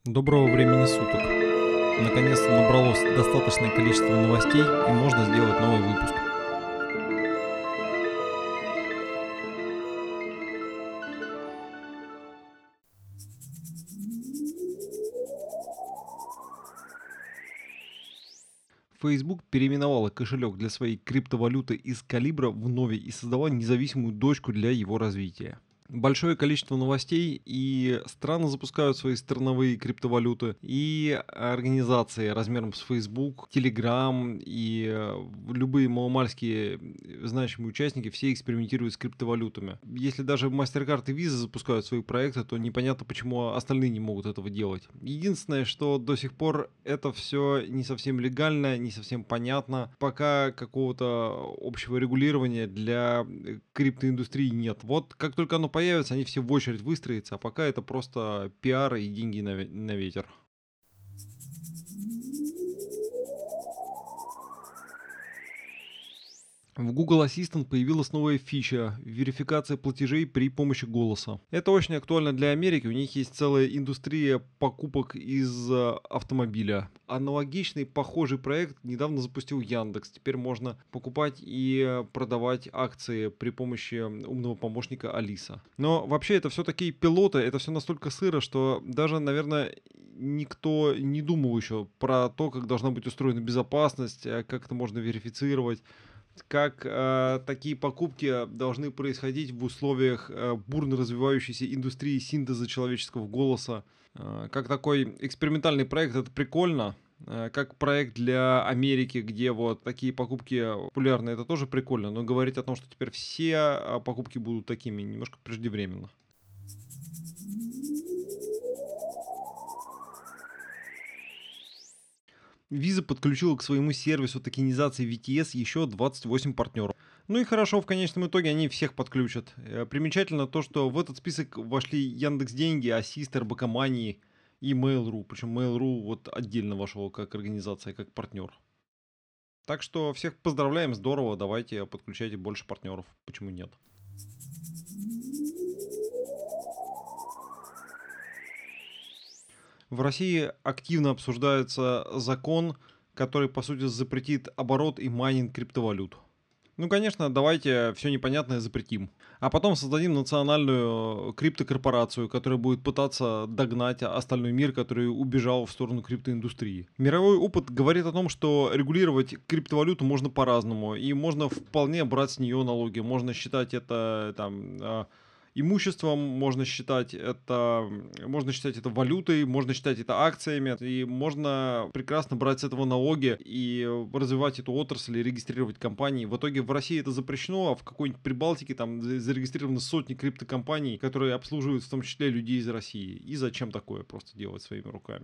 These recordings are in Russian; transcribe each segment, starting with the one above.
Доброго времени суток. Наконец-то набралось достаточное количество новостей и можно сделать новый выпуск. Facebook переименовала кошелек для своей криптовалюты из Калибра в Novi и создала независимую дочку для его развития. Большое количество новостей, и страны запускают свои страновые криптовалюты, и организации размером с Facebook, Telegram и любые маломальские значимые участники все экспериментируют с криптовалютами. Если даже MasterCard и Visa запускают свои проекты, то непонятно, почему остальные не могут этого делать. Единственное, что до сих пор это все не совсем легально, не совсем понятно, пока какого-то общего регулирования для криптоиндустрии нет. Вот как только оно появится, они все в очередь выстроятся, а пока это просто пиар и деньги на ветер. В Google Assistant появилась новая фича — верификация платежей при помощи голоса. Это очень актуально для Америки, у них есть целая индустрия покупок из автомобиля. Аналогичный, похожий проект недавно запустил Яндекс. Теперь можно покупать и продавать акции при помощи умного помощника Алиса. Но вообще это все такие пилоты, это все настолько сыро, что даже, наверное, никто не думал еще про то, как должна быть устроена безопасность, как это можно верифицировать, как такие покупки должны происходить в условиях бурно развивающейся индустрии синтеза человеческого голоса. Как такой экспериментальный проект это прикольно. Как проект для Америки, где вот такие покупки популярны, это тоже прикольно. Но говорить о том, что теперь все покупки будут такими, немножко преждевременно. Visa подключила к своему сервису токенизации VTS еще 28 партнеров. Ну и хорошо, в конечном итоге они всех подключат. Примечательно то, что в этот список вошли Яндекс.Деньги, Assist, РБК Money и Mail.ru. Причем Mail.ru вот отдельно вошел как организация, как партнер. Так что всех поздравляем, здорово, давайте подключайте больше партнеров. Почему нет? В России активно обсуждается закон, который, по сути, запретит оборот и майнинг криптовалют. Ну, конечно, давайте все непонятное запретим. А потом создадим национальную криптокорпорацию, которая будет пытаться догнать остальной мир, который убежал в сторону криптоиндустрии. Мировой опыт говорит о том, что регулировать криптовалюту можно по-разному. И можно вполне брать с нее налоги. Можно считать это там имуществом, можно считать это валютой, можно считать это акциями, и можно прекрасно брать с этого налоги и развивать эту отрасль, и регистрировать компании. В итоге в России это запрещено, а в какой-нибудь Прибалтике там зарегистрированы сотни криптокомпаний, которые обслуживают в том числе людей из России. И зачем такое просто делать своими руками?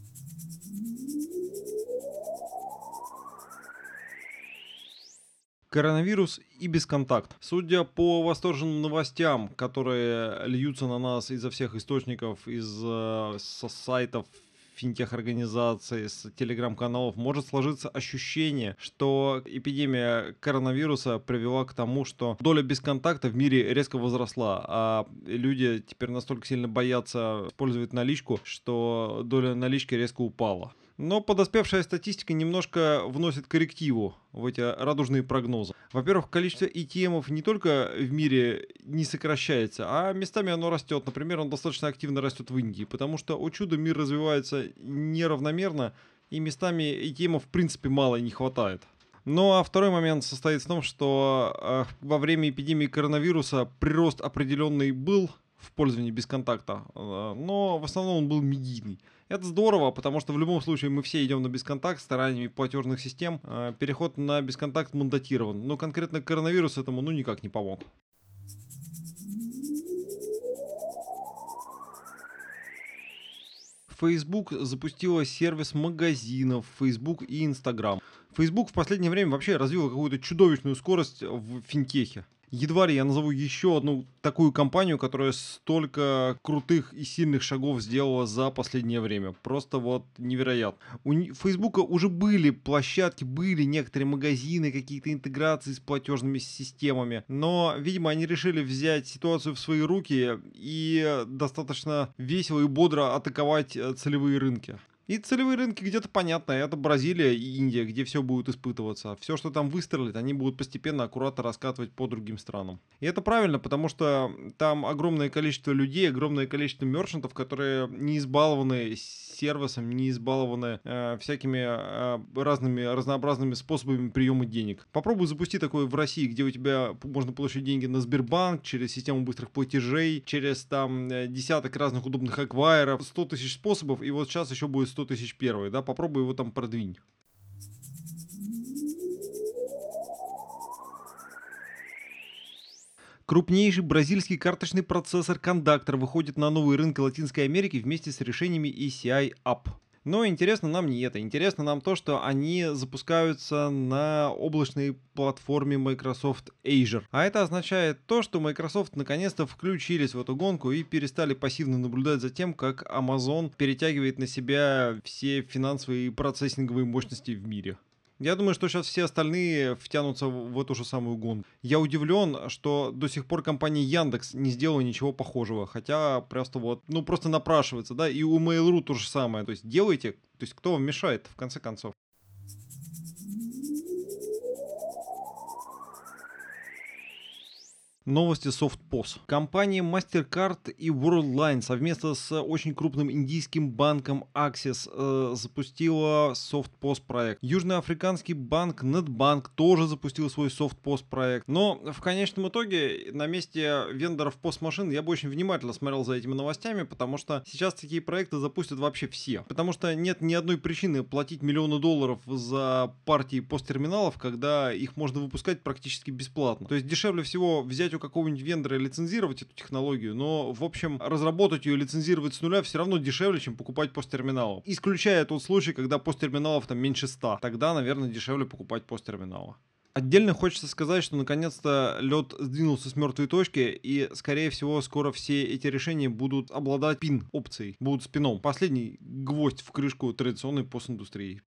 Коронавирус и бесконтакт. Судя по восторженным новостям, которые льются на нас изо всех источников, со сайтов, финтех-организаций, с телеграм-каналов, может сложиться ощущение, что эпидемия коронавируса привела к тому, что доля бесконтакта в мире резко возросла, а люди теперь настолько сильно боятся использовать наличку, что доля налички резко упала. Но подоспевшая статистика немножко вносит коррективу в эти радужные прогнозы. Во-первых, количество ATM-ов не только в мире не сокращается, а местами оно растет. Например, он достаточно активно растет в Индии, потому что, о чудо, мир развивается неравномерно, и местами ATM-ов в принципе мало и не хватает. Ну а второй момент состоит в том, что во время эпидемии коронавируса прирост определенный был в пользовании без контакта, но в основном он был медийный. Это здорово, потому что в любом случае мы все идем на бесконтакт стараниями платежных систем. Переход на бесконтакт мандатирован, но конкретно коронавирус этому никак не помог. Facebook запустила сервис магазинов Facebook и Instagram. Facebook в последнее время вообще развил какую-то чудовищную скорость в финтехе. Едва ли я назову еще одну такую компанию, которая столько крутых и сильных шагов сделала за последнее время. Просто вот невероятно. У Фейсбука уже были площадки, были некоторые магазины, какие-то интеграции с платежными системами. Но, видимо, они решили взять ситуацию в свои руки и достаточно весело и бодро атаковать целевые рынки. И целевые рынки где-то понятно, это Бразилия и Индия, где все будет испытываться. Все, что там выстрелит, они будут постепенно, аккуратно раскатывать по другим странам. И это правильно, потому что там огромное количество людей, огромное количество мерчантов, которые не избалованы сервисом, не избалованы всякими разными, разнообразными способами приема денег. Попробуй запусти такое в России, где у тебя можно получить деньги на Сбербанк, через систему быстрых платежей, через там десяток разных удобных аквайров, 100 тысяч способов, и вот сейчас еще будет 100 тысяч первый, да, попробуй его там продвинь. Крупнейший бразильский карточный процессор Conductor выходит на новые рынки Латинской Америки вместе с решениями ECI App. Но интересно нам не это. Интересно нам то, что они запускаются на облачной платформе Microsoft Azure. А это означает то, что Microsoft наконец-то включились в эту гонку и перестали пассивно наблюдать за тем, как Amazon перетягивает на себя все финансовые и процессинговые мощности в мире. Я думаю, что сейчас все остальные втянутся в эту же самую гонку. Я удивлен, что до сих пор компания Яндекс не сделала ничего похожего, хотя просто вот, ну просто напрашивается, да, и у Mail.ru то же самое, то есть делайте, то есть кто вам мешает в конце концов. Новости SoftPOS. Компания MasterCard и Worldline совместно с очень крупным индийским банком Axis запустила SoftPOS проект. Южноафриканский банк Netbank тоже запустил свой SoftPOS проект. Но в конечном итоге на месте вендоров POS-машин я бы очень внимательно смотрел за этими новостями, потому что сейчас такие проекты запустят вообще все. Потому что нет ни одной причины платить миллионы долларов за партии POS-терминалов, когда их можно выпускать практически бесплатно. То есть дешевле всего взять у какого-нибудь вендора и лицензировать эту технологию, но, в общем, разработать ее и лицензировать с нуля все равно дешевле, чем покупать POS-терминалы. Исключая тот случай, когда POS-терминалов там меньше 100. Тогда, наверное, дешевле покупать POS-терминалы. Отдельно хочется сказать, что наконец-то лед сдвинулся с мертвой точки, и, скорее всего, скоро все эти решения будут обладать пин-опцией, будут спином. Последний гвоздь в крышку традиционной POS-индустрии.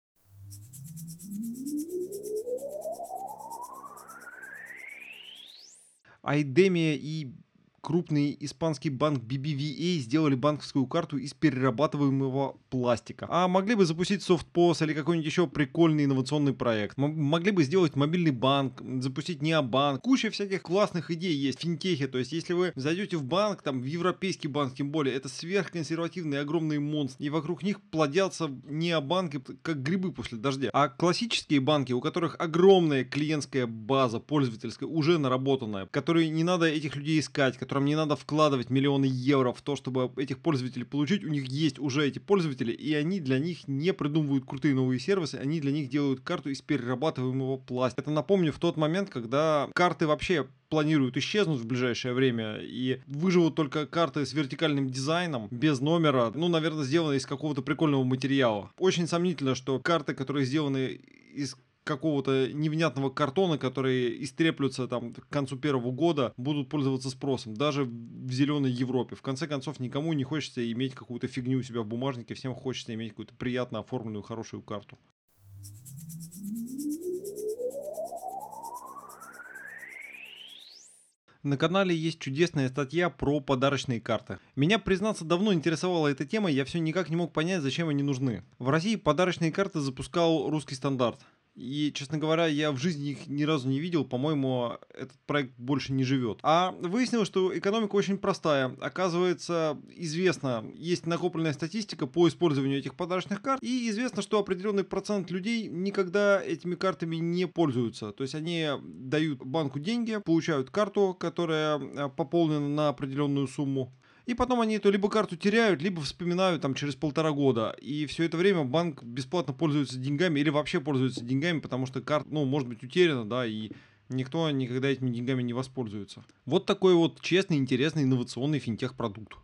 Айдемия и крупный испанский банк BBVA сделали банковскую карту из перерабатываемого пластика. А могли бы запустить SoftPOS или какой-нибудь еще прикольный инновационный проект. Могли бы сделать мобильный банк, запустить необанк. Куча всяких классных идей есть в финтехе. То есть, если вы зайдете в банк, там, в европейский банк, тем более, это сверхконсервативные огромные монстры. И вокруг них плодятся необанки, как грибы после дождя. А классические банки, у которых огромная клиентская база пользовательская, уже наработанная, которые не надо этих людей искать, которым не надо вкладывать миллионы евро в то, чтобы этих пользователей получить, у них есть уже эти пользователи, и они для них не придумывают крутые новые сервисы, они для них делают карту из перерабатываемого пластика. Это, напомню, в тот момент, когда карты вообще планируют исчезнуть в ближайшее время, и выживут только карты с вертикальным дизайном, без номера, ну, наверное, сделаны из какого-то прикольного материала. Очень сомнительно, что карты, которые сделаны из какого-то невнятного картона, которые истреплются там к концу первого года, будут пользоваться спросом, даже в зеленой Европе. В конце концов, никому не хочется иметь какую-то фигню у себя в бумажнике, всем хочется иметь какую-то приятно оформленную, хорошую карту. На канале есть чудесная статья про подарочные карты. Меня, признаться, давно интересовала эта тема, я все никак не мог понять, зачем они нужны. В России подарочные карты запускал Русский стандарт. И, честно говоря, я в жизни их ни разу не видел, по-моему, этот проект больше не живет. А выяснилось, что экономика очень простая. Оказывается, известно, есть накопленная статистика по использованию этих подарочных карт, и известно, что определенный процент людей никогда этими картами не пользуются. То есть они дают банку деньги, получают карту, которая пополнена на определенную сумму. И потом они эту либо карту теряют, либо вспоминают там через 1,5 года. И все это время банк бесплатно пользуется деньгами или вообще пользуется деньгами, потому что карта, ну, может быть утеряна, да, и никто никогда этими деньгами не воспользуется. Вот такой вот честный, интересный, инновационный финтех-продукт.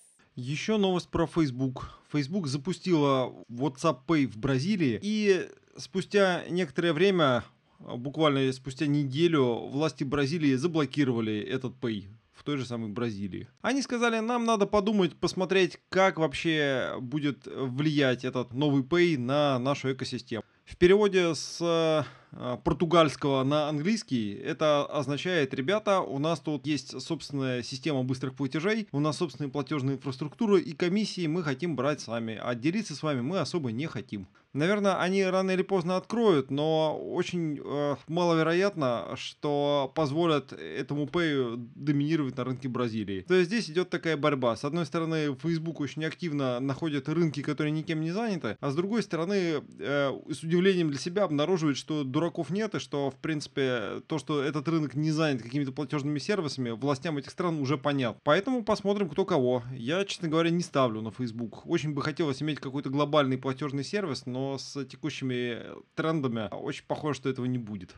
Еще новость про Facebook. Facebook запустила WhatsApp Pay в Бразилии, и спустя некоторое время, буквально спустя неделю, власти Бразилии заблокировали этот Pay в той же самой Бразилии. Они сказали, нам надо подумать, посмотреть, как вообще будет влиять этот новый Pay на нашу экосистему. В переводе с португальского на английский это означает: ребята, у нас тут есть собственная система быстрых платежей, у нас собственная платежная инфраструктура и комиссии мы хотим брать сами, а делиться с вами мы особо не хотим. Наверное, они рано или поздно откроют, но очень маловероятно, что позволят этому Pay доминировать на рынке Бразилии. То есть здесь идет такая борьба. С одной стороны, Facebook очень активно находит рынки, которые никем не заняты, а с другой стороны, с удивлением для себя обнаруживает, что дураков нет, и что, в принципе, то, что этот рынок не занят какими-то платежными сервисами, властям этих стран уже понятно. Поэтому посмотрим, кто кого. Я, честно говоря, не ставлю на Facebook. Очень бы хотелось иметь какой-то глобальный платежный сервис, но с текущими трендами очень похоже, что этого не будет.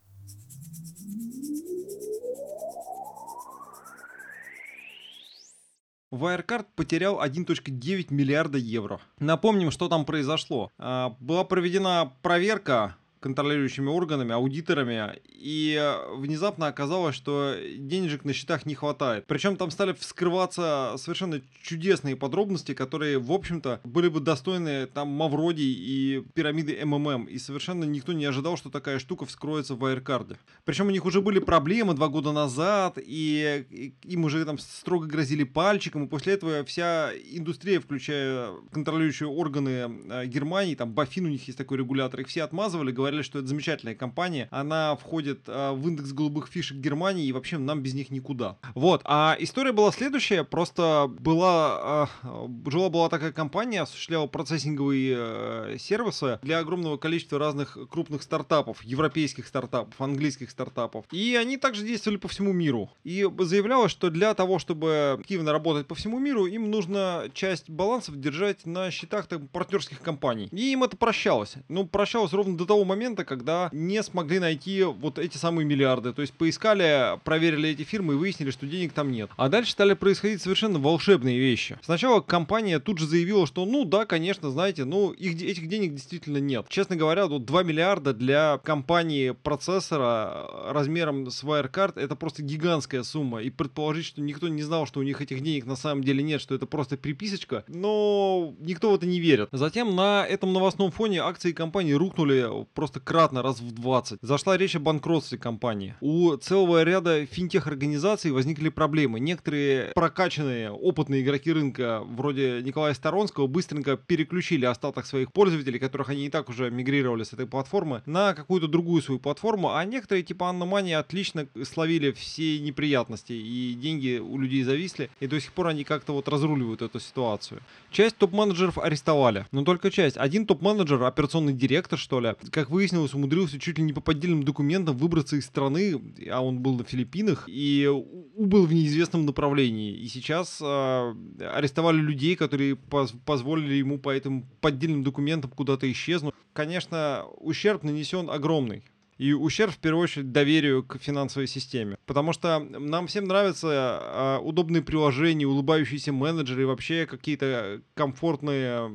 Wirecard потерял 1,9 миллиарда евро. Напомним, что там произошло. Была проведена проверка контролирующими органами, аудиторами, и внезапно оказалось, что денежек на счетах не хватает. Причем там стали вскрываться совершенно чудесные подробности, которые, в общем-то, были бы достойны там Мавроди и пирамиды МММ, и совершенно никто не ожидал, что такая штука вскроется в Wirecard. Причем у них уже были проблемы 2 года назад, и им уже там строго грозили пальчиком, и после этого вся индустрия, включая контролирующие органы Германии, там BaFin у них есть такой регулятор, их все отмазывали, говорили, что это замечательная компания, она входит в индекс голубых фишек Германии, и вообще нам без них никуда. Вот, а история была следующая, просто жила-была такая компания, осуществляла процессинговые сервисы для огромного количества разных крупных стартапов, европейских стартапов, английских стартапов, и они также действовали по всему миру, и заявлялось, что для того, чтобы активно работать по всему миру, им нужно часть балансов держать на счетах партнерских компаний, и им это прощалось, прощалось ровно до того момента, когда не смогли найти вот эти самые миллиарды. То есть поискали, проверили эти фирмы и выяснили, что денег там нет. А дальше стали происходить совершенно волшебные вещи. Сначала компания тут же заявила, что да, конечно, знаете, этих денег действительно нет. Честно говоря, 2 миллиарда для компании процессора размером с Wirecard это просто гигантская сумма. И предположить, что никто не знал, что у них этих денег на самом деле нет, что это просто приписочка, но никто в это не верит. Затем на этом новостном фоне акции компании рухнули просто кратно, раз в 20. Зашла речь о банкротстве компании. У целого ряда финтех-организаций возникли проблемы. Некоторые прокачанные, опытные игроки рынка, вроде Николая Сторонского, быстренько переключили остаток своих пользователей, которых они и так уже мигрировали с этой платформы, на какую-то другую свою платформу, а некоторые, типа Anno Money, отлично словили все неприятности, и деньги у людей зависли, и до сих пор они как-то разруливают эту ситуацию. Часть топ-менеджеров арестовали, но только часть. Один топ-менеджер, операционный директор, что ли, как выяснилось, умудрился чуть ли не по поддельным документам выбраться из страны, а он был на Филиппинах, и убыл в неизвестном направлении. И сейчас арестовали людей, которые позволили ему по этим поддельным документам куда-то исчезнуть. Конечно, ущерб нанесен огромный. И ущерб, в первую очередь, доверию к финансовой системе. Потому что нам всем нравятся удобные приложения, улыбающиеся менеджеры и вообще какие-то комфортные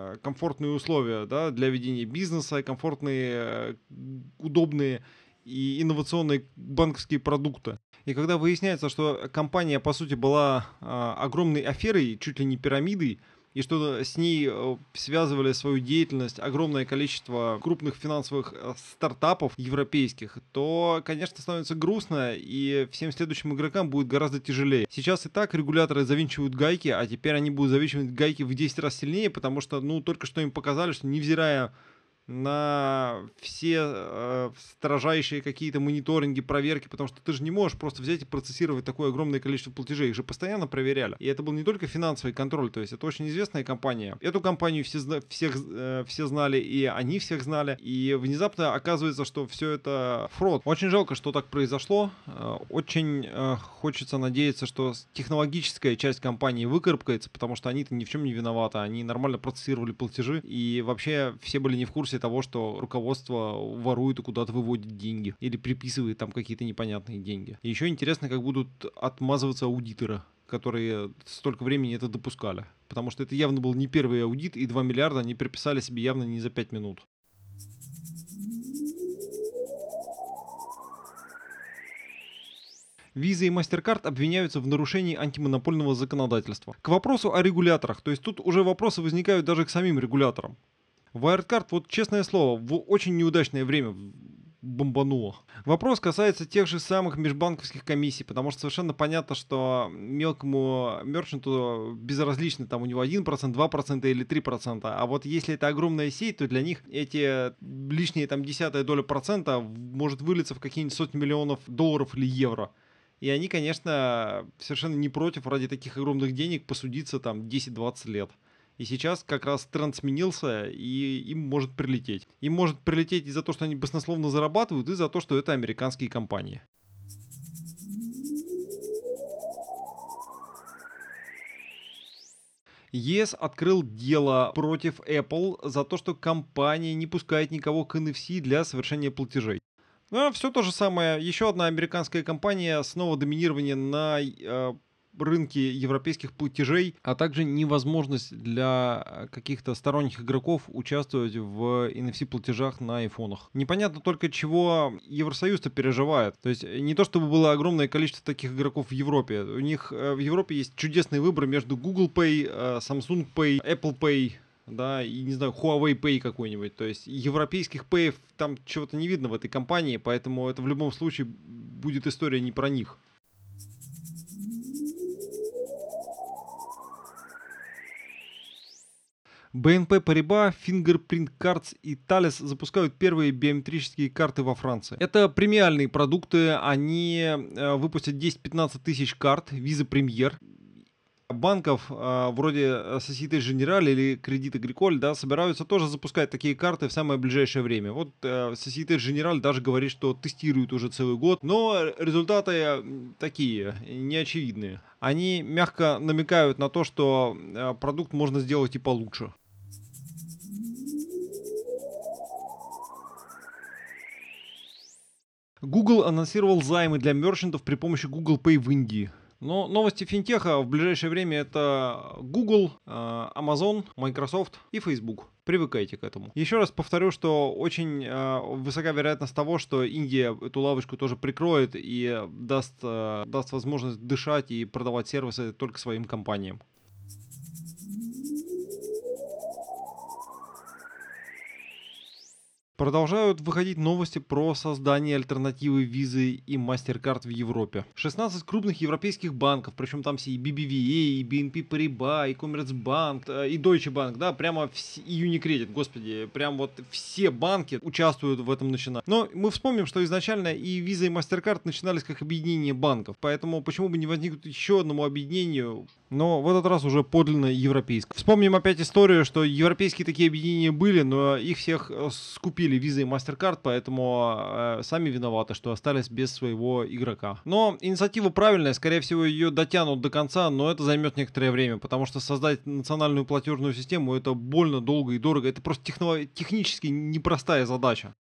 условия, да, для ведения бизнеса, комфортные, удобные и инновационные банковские продукты. И когда выясняется, что компания, по сути, была огромной аферой, чуть ли не пирамидой, и что с ней связывали свою деятельность огромное количество крупных финансовых стартапов европейских, то, конечно, становится грустно, и всем следующим игрокам будет гораздо тяжелее. Сейчас и так регуляторы завинчивают гайки, а теперь они будут завинчивать гайки в 10 раз сильнее, потому что, только что им показали, что невзирая на все строжайшие какие-то мониторинги, проверки, потому что ты же не можешь просто взять и процессировать такое огромное количество платежей. Их же постоянно проверяли. И это был не только финансовый контроль, то есть это очень известная компания. Эту компанию все знали, и они всех знали. И внезапно оказывается, что все это фрод. Очень жалко, что так произошло. Очень хочется надеяться, что технологическая часть компании выкарабкается, потому что они-то ни в чем не виноваты. Они нормально процессировали платежи, и вообще все были не в курсе того, что руководство ворует и куда-то выводит деньги или приписывает там какие-то непонятные деньги. И еще интересно, как будут отмазываться аудиторы, которые столько времени это допускали. Потому что это явно был не первый аудит, и 2 миллиарда они приписали себе явно не за 5 минут. Visa и MasterCard обвиняются в нарушении антимонопольного законодательства. К вопросу о регуляторах, то есть тут уже вопросы возникают даже к самим регуляторам. Wirecard, вот честное слово, в очень неудачное время бомбануло. Вопрос касается тех же самых межбанковских комиссий, потому что совершенно понятно, что мелкому мерчанту безразлично, там у него 1%, 2% или 3%, а вот если это огромная сеть, то для них эти лишние там десятая доля процента может вылиться в какие-нибудь сотни миллионов долларов или евро. И они, конечно, совершенно не против ради таких огромных денег посудиться там 10-20 лет. И сейчас как раз тренд сменился, и им может прилететь. Им может прилететь и за то, что они баснословно зарабатывают, и за то, что это американские компании. ЕС открыл дело против Apple за то, что компания не пускает никого к NFC для совершения платежей. Ну, все то же самое. Еще одна американская компания, снова доминирование на рынке европейских платежей, а также невозможность для каких-то сторонних игроков участвовать в NFC-платежах на айфонах. Непонятно только, чего Евросоюз-то переживает. То есть не то, чтобы было огромное количество таких игроков в Европе. У них в Европе есть чудесный выбор между Google Pay, Samsung Pay, Apple Pay, да, и, не знаю, Huawei Pay какой-нибудь. То есть европейских пэев там чего-то не видно в этой компании, поэтому это в любом случае будет история не про них. BNP Paribas, Fingerprint Cards и Thales запускают первые биометрические карты во Франции. Это премиальные продукты, они выпустят 10-15 тысяч карт Visa Premier. Банков вроде Société Générale или Credit Agricole, да, собираются тоже запускать такие карты в самое ближайшее время. Вот Société Générale даже говорит, что тестируют уже целый год, но результаты такие, неочевидные. Они мягко намекают на то, что продукт можно сделать и получше. Google анонсировал займы для мерчантов при помощи Google Pay в Индии. Но новости финтеха в ближайшее время это Google, Amazon, Microsoft и Facebook. Привыкайте к этому. Еще раз повторю, что очень высока вероятность того, что Индия эту лавочку тоже прикроет и даст возможность дышать и продавать сервисы только своим компаниям. Продолжают выходить новости про создание альтернативы Visa и MasterCard в Европе. 16 крупных европейских банков, причем там все и BBVA, и BNP Paribas, и Commerzbank, и Deutsche Bank, да, прямо и Unicredit, господи, прям вот все банки участвуют в этом начинании. Но мы вспомним, что изначально и Visa, и MasterCard начинались как объединение банков, поэтому почему бы не возникнуть еще одному объединению, но в этот раз уже подлинно европейское. Вспомним опять историю, что европейские такие объединения были, но их всех скупили Visa и MasterCard, поэтому сами виноваты, что остались без своего игрока. Но инициатива правильная, скорее всего, ее дотянут до конца, но это займет некоторое время, потому что создать национальную платежную систему это больно, долго и дорого. Это просто технически непростая задача.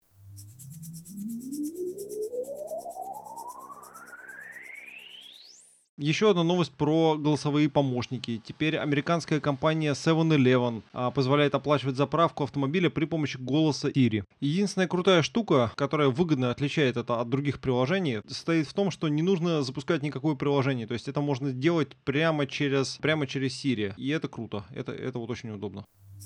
Еще одна новость про голосовые помощники. Теперь американская компания 7-Eleven позволяет оплачивать заправку автомобиля при помощи голоса Siri. Единственная крутая штука, которая выгодно отличает это от других приложений, состоит в том, что не нужно запускать никакое приложение. То есть это можно делать прямо через Siri. И это круто. Это вот очень удобно.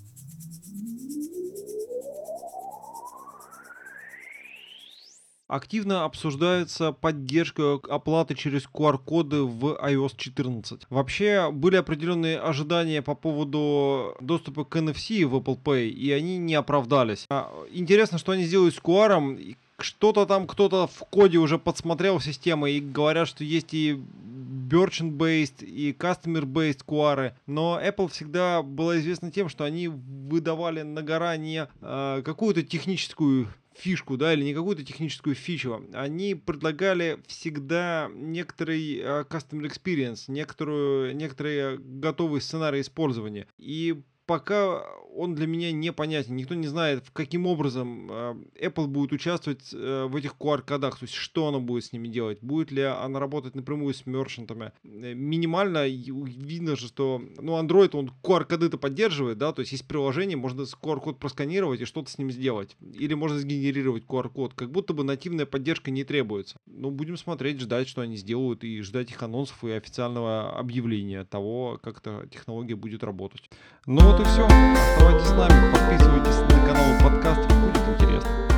Активно обсуждается поддержка оплаты через QR-коды в iOS 14. Вообще были определенные ожидания по поводу доступа к NFC в Apple Pay, и они не оправдались. Интересно, что они сделают с QR. Что-то там кто-то в коде уже подсмотрел систему и говорят, что есть и merchant-based, и customer-based QR. Но Apple всегда была известна тем, что они выдавали на гора не какую-то техническую фишку, да, или не какую-то техническую фичу. Они предлагали всегда некоторый customer experience, некоторый готовый сценарий использования. И пока он для меня непонятен. Никто не знает, каким образом Apple будет участвовать в этих QR-кодах, то есть что она будет с ними делать. Будет ли она работать напрямую с мерчантами. Минимально видно же, что Android, он QR-коды-то поддерживает, да, то есть есть приложение, можно QR-код просканировать и что-то с ним сделать. Или можно сгенерировать QR-код. Как будто бы нативная поддержка не требуется. Будем смотреть, ждать, что они сделают, и ждать их анонсов и официального объявления того, как эта технология будет работать. И все. Оставайтесь с нами, подписывайтесь на канал подкастов, будет интересно.